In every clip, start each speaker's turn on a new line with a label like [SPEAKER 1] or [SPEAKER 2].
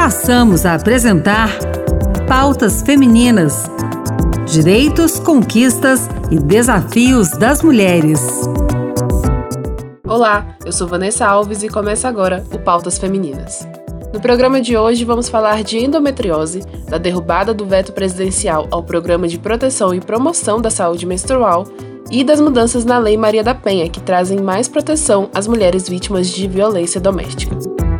[SPEAKER 1] Passamos a apresentar Pautas Femininas: Direitos, Conquistas e Desafios das Mulheres.
[SPEAKER 2] Olá, eu sou Vanessa Alves e começa agora o Pautas Femininas. No programa de hoje vamos falar de endometriose, da derrubada do veto presidencial ao Programa de Proteção e Promoção da Saúde Menstrual e das mudanças na Lei Maria da Penha, que trazem mais proteção às mulheres vítimas de violência doméstica.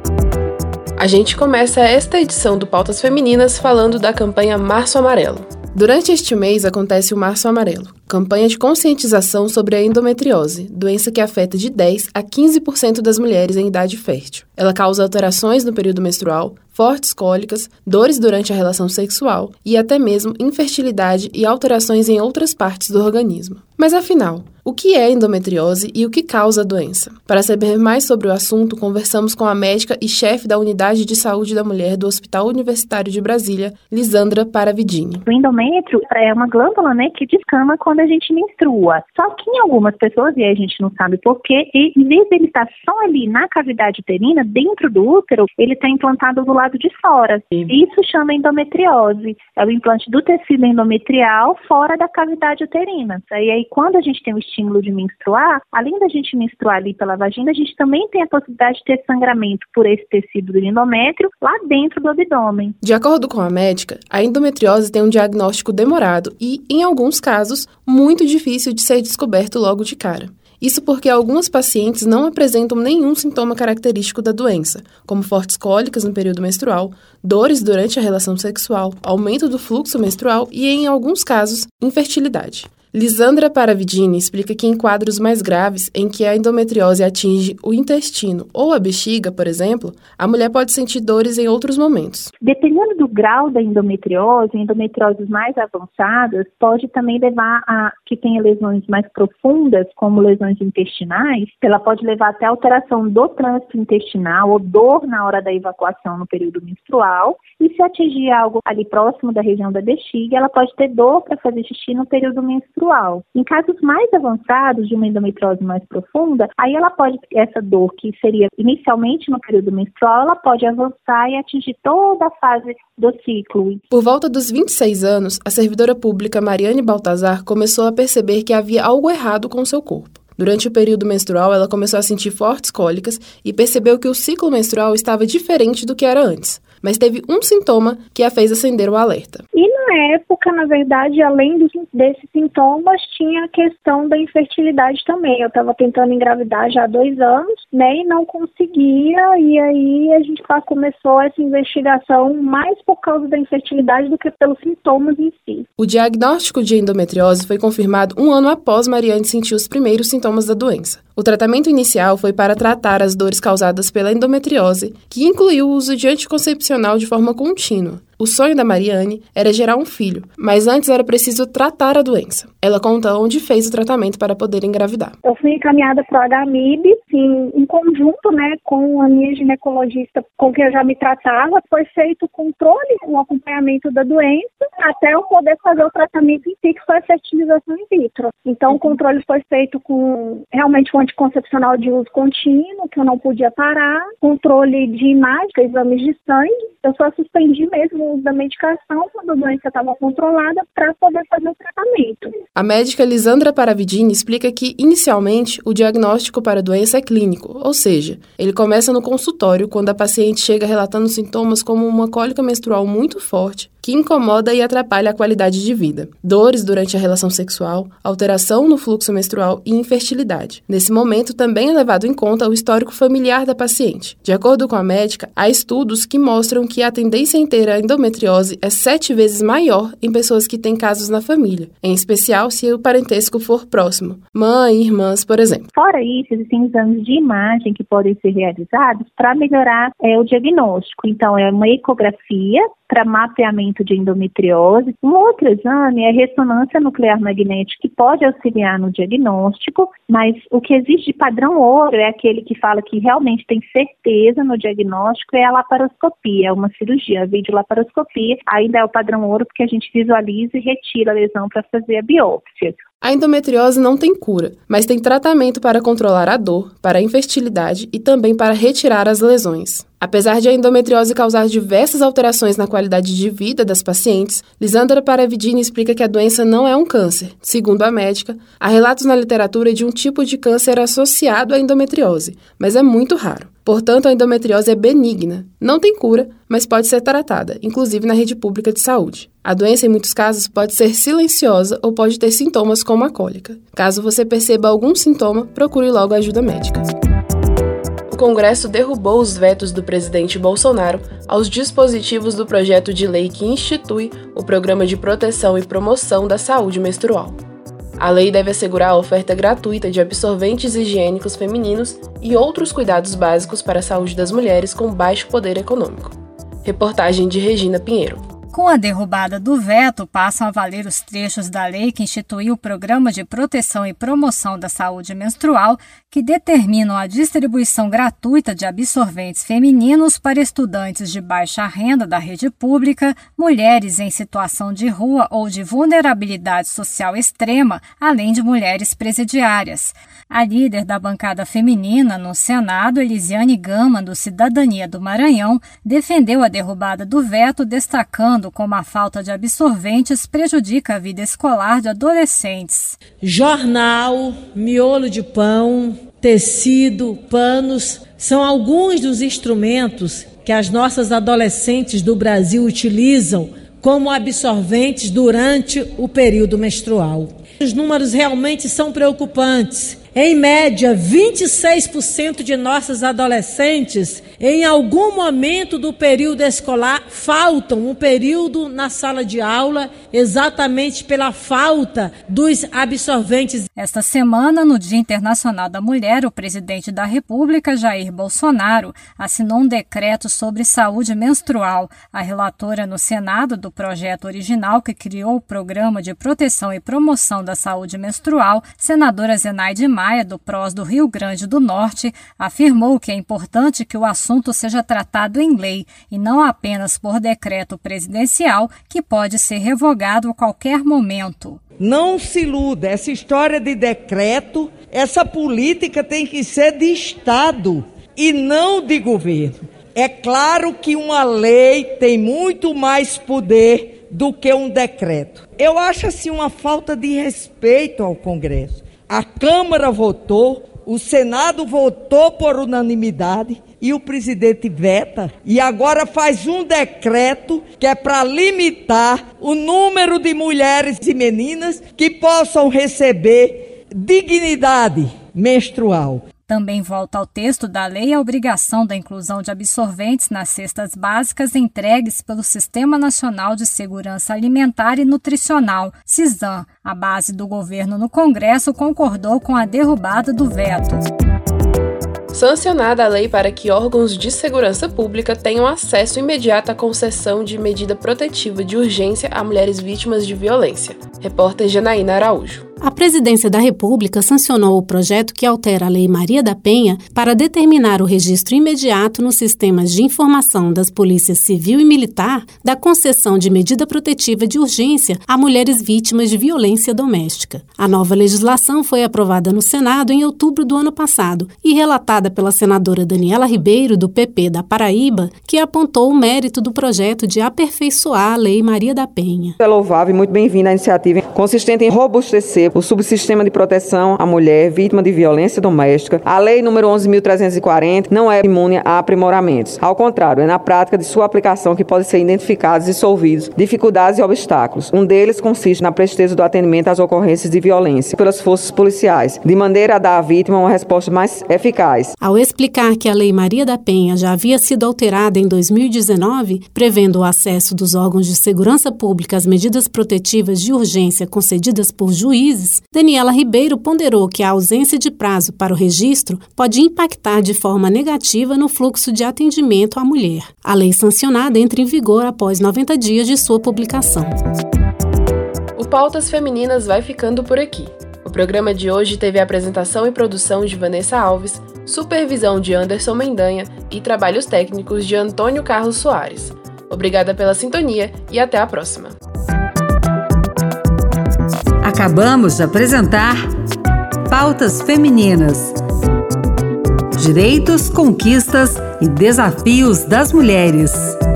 [SPEAKER 2] A gente começa esta edição do Pautas Femininas falando da campanha Março Amarelo. Durante este mês acontece o Março Amarelo, campanha de conscientização sobre a endometriose, doença que afeta de 10% a 15% das mulheres em idade fértil. Ela causa alterações no período menstrual, fortes cólicas, dores durante a relação sexual e até mesmo infertilidade e alterações em outras partes do organismo. Mas afinal, o que é endometriose e o que causa a doença? Para saber mais sobre o assunto, conversamos com a médica e chefe da Unidade de Saúde da Mulher do Hospital Universitário de Brasília, Lisandra Paravidini.
[SPEAKER 3] O endométrio é uma glândula, que descama quando a gente menstrua. Só que em algumas pessoas, e a gente não sabe porquê, em vez de ele estar só ali na cavidade uterina, dentro do útero, ele está implantado do lado de fora. Isso chama endometriose. É o implante do tecido endometrial fora da cavidade uterina. E aí, quando a gente tem o estímulo de menstruar, além da gente menstruar ali pela vagina, a gente também tem a possibilidade de ter sangramento por esse tecido do endométrio lá dentro do abdômen.
[SPEAKER 2] De acordo com a médica, a endometriose tem um diagnóstico demorado e, em alguns casos, muito difícil de ser descoberto logo de cara. Isso porque algumas pacientes não apresentam nenhum sintoma característico da doença, como fortes cólicas no período menstrual, dores durante a relação sexual, aumento do fluxo menstrual e, em alguns casos, infertilidade. Lisandra Paravidini explica que em quadros mais graves, em que a endometriose atinge o intestino ou a bexiga, por exemplo, a mulher pode sentir dores em outros momentos.
[SPEAKER 3] Dependendo do grau da endometrioses mais avançadas, pode também levar a que tenha lesões mais profundas, como lesões intestinais. Ela pode levar até alteração do trânsito intestinal ou dor na hora da evacuação no período menstrual. E se atingir algo ali próximo da região da bexiga, ela pode ter dor para fazer xixi no período menstrual. Em casos mais avançados de uma endometriose mais profunda, aí ela pode, essa dor que seria inicialmente no período menstrual, ela pode avançar e atingir toda a fase do ciclo.
[SPEAKER 2] Por volta dos 26 anos, a servidora pública Mariane Baltazar começou a perceber que havia algo errado com seu corpo. Durante o período menstrual, ela começou a sentir fortes cólicas e percebeu que o ciclo menstrual estava diferente do que era antes. Mas teve um sintoma que a fez acender o alerta.
[SPEAKER 4] E na época, na verdade, além desses sintomas, tinha a questão da infertilidade também. Eu estava tentando engravidar já há 2 anos, e não conseguia, e aí a gente começou essa investigação mais por causa da infertilidade do que pelos sintomas em si.
[SPEAKER 2] O diagnóstico de endometriose foi confirmado 1 ano após Mariane sentir os primeiros sintomas da doença. O tratamento inicial foi para tratar as dores causadas pela endometriose, que incluiu o uso de anticoncepcional de forma contínua. O sonho da Mariane era gerar um filho, mas antes era preciso tratar a doença. Ela conta onde fez o tratamento para poder engravidar.
[SPEAKER 4] Eu fui encaminhada para o HMIB, em conjunto com a minha ginecologista com quem eu já me tratava. Foi feito o controle, o acompanhamento da doença, até eu poder fazer o tratamento em si, que foi a fertilização in vitro. Então, o controle foi feito com realmente um anticoncepcional de uso contínuo, que eu não podia parar, controle de imagem, exames de sangue. Eu só suspendi mesmo o uso da medicação quando a doença estava controlada para poder fazer o tratamento.
[SPEAKER 2] A médica Lisandra Paravidini explica que, inicialmente, o diagnóstico para a doença é clínico, ou seja, ele começa no consultório quando a paciente chega relatando sintomas como uma cólica menstrual muito forte, que incomoda e atrapalha a qualidade de vida, dores durante a relação sexual, alteração no fluxo menstrual e infertilidade. Nesse momento, também é levado em conta o histórico familiar da paciente. De acordo com a médica, há estudos que mostram que a tendência em ter a endometriose é 7 vezes maior em pessoas que têm casos na família, em especial se o parentesco for próximo, mãe e irmãs, por exemplo.
[SPEAKER 3] Fora isso, existem exames de imagem que podem ser realizados para melhorar o diagnóstico. Então, é uma ecografia para mapeamento de endometriose. Um outro exame é a ressonância nuclear magnética, que pode auxiliar no diagnóstico, mas o que existe de padrão ouro é aquele que fala que realmente tem certeza no diagnóstico, é a laparoscopia, é uma cirurgia, a videolaparoscopia. Ainda é o padrão ouro porque a gente visualiza e retira a lesão para fazer a biópsia.
[SPEAKER 2] A endometriose não tem cura, mas tem tratamento para controlar a dor, para a infertilidade e também para retirar as lesões. Apesar de a endometriose causar diversas alterações na qualidade de vida das pacientes, Lisandra Paravidini explica que a doença não é um câncer. Segundo a médica, há relatos na literatura de um tipo de câncer associado à endometriose, mas é muito raro. Portanto, a endometriose é benigna. Não tem cura, mas pode ser tratada, inclusive na rede pública de saúde. A doença, em muitos casos, pode ser silenciosa ou pode ter sintomas como a cólica. Caso você perceba algum sintoma, procure logo ajuda médica. O Congresso derrubou os vetos do presidente Bolsonaro aos dispositivos do projeto de lei que institui o Programa de Proteção e Promoção da Saúde Menstrual. A lei deve assegurar a oferta gratuita de absorventes higiênicos femininos e outros cuidados básicos para a saúde das mulheres com baixo poder econômico. Reportagem de Regina Pinheiro.
[SPEAKER 5] Com a derrubada do veto, passam a valer os trechos da lei que instituiu o Programa de Proteção e Promoção da Saúde Menstrual, que determinam a distribuição gratuita de absorventes femininos para estudantes de baixa renda da rede pública, mulheres em situação de rua ou de vulnerabilidade social extrema, além de mulheres presidiárias. A líder da bancada feminina no Senado, Elisiane Gama, do Cidadania do Maranhão, defendeu a derrubada do veto, destacando como a falta de absorventes prejudica a vida escolar de adolescentes.
[SPEAKER 6] Jornal, miolo de pão, tecido, panos, são alguns dos instrumentos que as nossas adolescentes do Brasil utilizam como absorventes durante o período menstrual. Os números realmente são preocupantes. Em média, 26% de nossas adolescentes, em algum momento do período escolar, faltam um período na sala de aula, exatamente pela falta dos absorventes.
[SPEAKER 5] Esta semana, no Dia Internacional da Mulher, o presidente da República, Jair Bolsonaro, assinou um decreto sobre saúde menstrual. A relatora no Senado do projeto original que criou o Programa de Proteção e Promoção da Saúde Menstrual, senadora Zenaide Maia, do PROS do Rio Grande do Norte, afirmou que é importante que o assunto seja tratado em lei e não apenas por decreto presidencial, que pode ser revogado a qualquer momento.
[SPEAKER 7] Não se iluda, essa história de decreto, essa política tem que ser de Estado e não de governo. É claro que uma lei tem muito mais poder do que um decreto. Eu acho assim uma falta de respeito ao Congresso. A Câmara votou, o Senado votou por unanimidade e o presidente veta e agora faz um decreto que é para limitar o número de mulheres e meninas que possam receber dignidade menstrual.
[SPEAKER 5] Também volta ao texto da lei a obrigação da inclusão de absorventes nas cestas básicas entregues pelo Sistema Nacional de Segurança Alimentar e Nutricional, SISAM. A base do governo no Congresso concordou com a derrubada do veto.
[SPEAKER 2] Sancionada a lei para que órgãos de segurança pública tenham acesso imediato à concessão de medida protetiva de urgência a mulheres vítimas de violência. Repórter Janaína Araújo.
[SPEAKER 8] A Presidência da República sancionou o projeto que altera a Lei Maria da Penha para determinar o registro imediato nos sistemas de informação das polícias civil e militar da concessão de medida protetiva de urgência a mulheres vítimas de violência doméstica. A nova legislação foi aprovada no Senado em outubro do ano passado e relatada pela senadora Daniela Ribeiro, do PP da Paraíba, que apontou o mérito do projeto de aperfeiçoar a Lei Maria da Penha.
[SPEAKER 9] É louvável e muito bem-vinda a iniciativa consistente em robustecer o subsistema de proteção à mulher vítima de violência doméstica. A Lei número 11.340 não é imune a aprimoramentos. Ao contrário, é na prática de sua aplicação que podem ser identificados e solvidos dificuldades e obstáculos. Um deles consiste na presteza do atendimento às ocorrências de violência pelas forças policiais, de maneira a dar à vítima uma resposta mais eficaz.
[SPEAKER 8] Ao explicar que a Lei Maria da Penha já havia sido alterada em 2019, prevendo o acesso dos órgãos de segurança pública às medidas protetivas de urgência concedidas por juízes, Daniela Ribeiro ponderou que a ausência de prazo para o registro pode impactar de forma negativa no fluxo de atendimento à mulher. A lei sancionada entra em vigor após 90 dias de sua publicação.
[SPEAKER 2] O Pautas Femininas vai ficando por aqui. O programa de hoje teve a apresentação e produção de Vanessa Alves, supervisão de Anderson Mendanha e trabalhos técnicos de Antônio Carlos Soares. Obrigada pela sintonia e até a próxima.
[SPEAKER 1] Acabamos de apresentar Pautas Femininas. Direitos, conquistas e desafios das mulheres.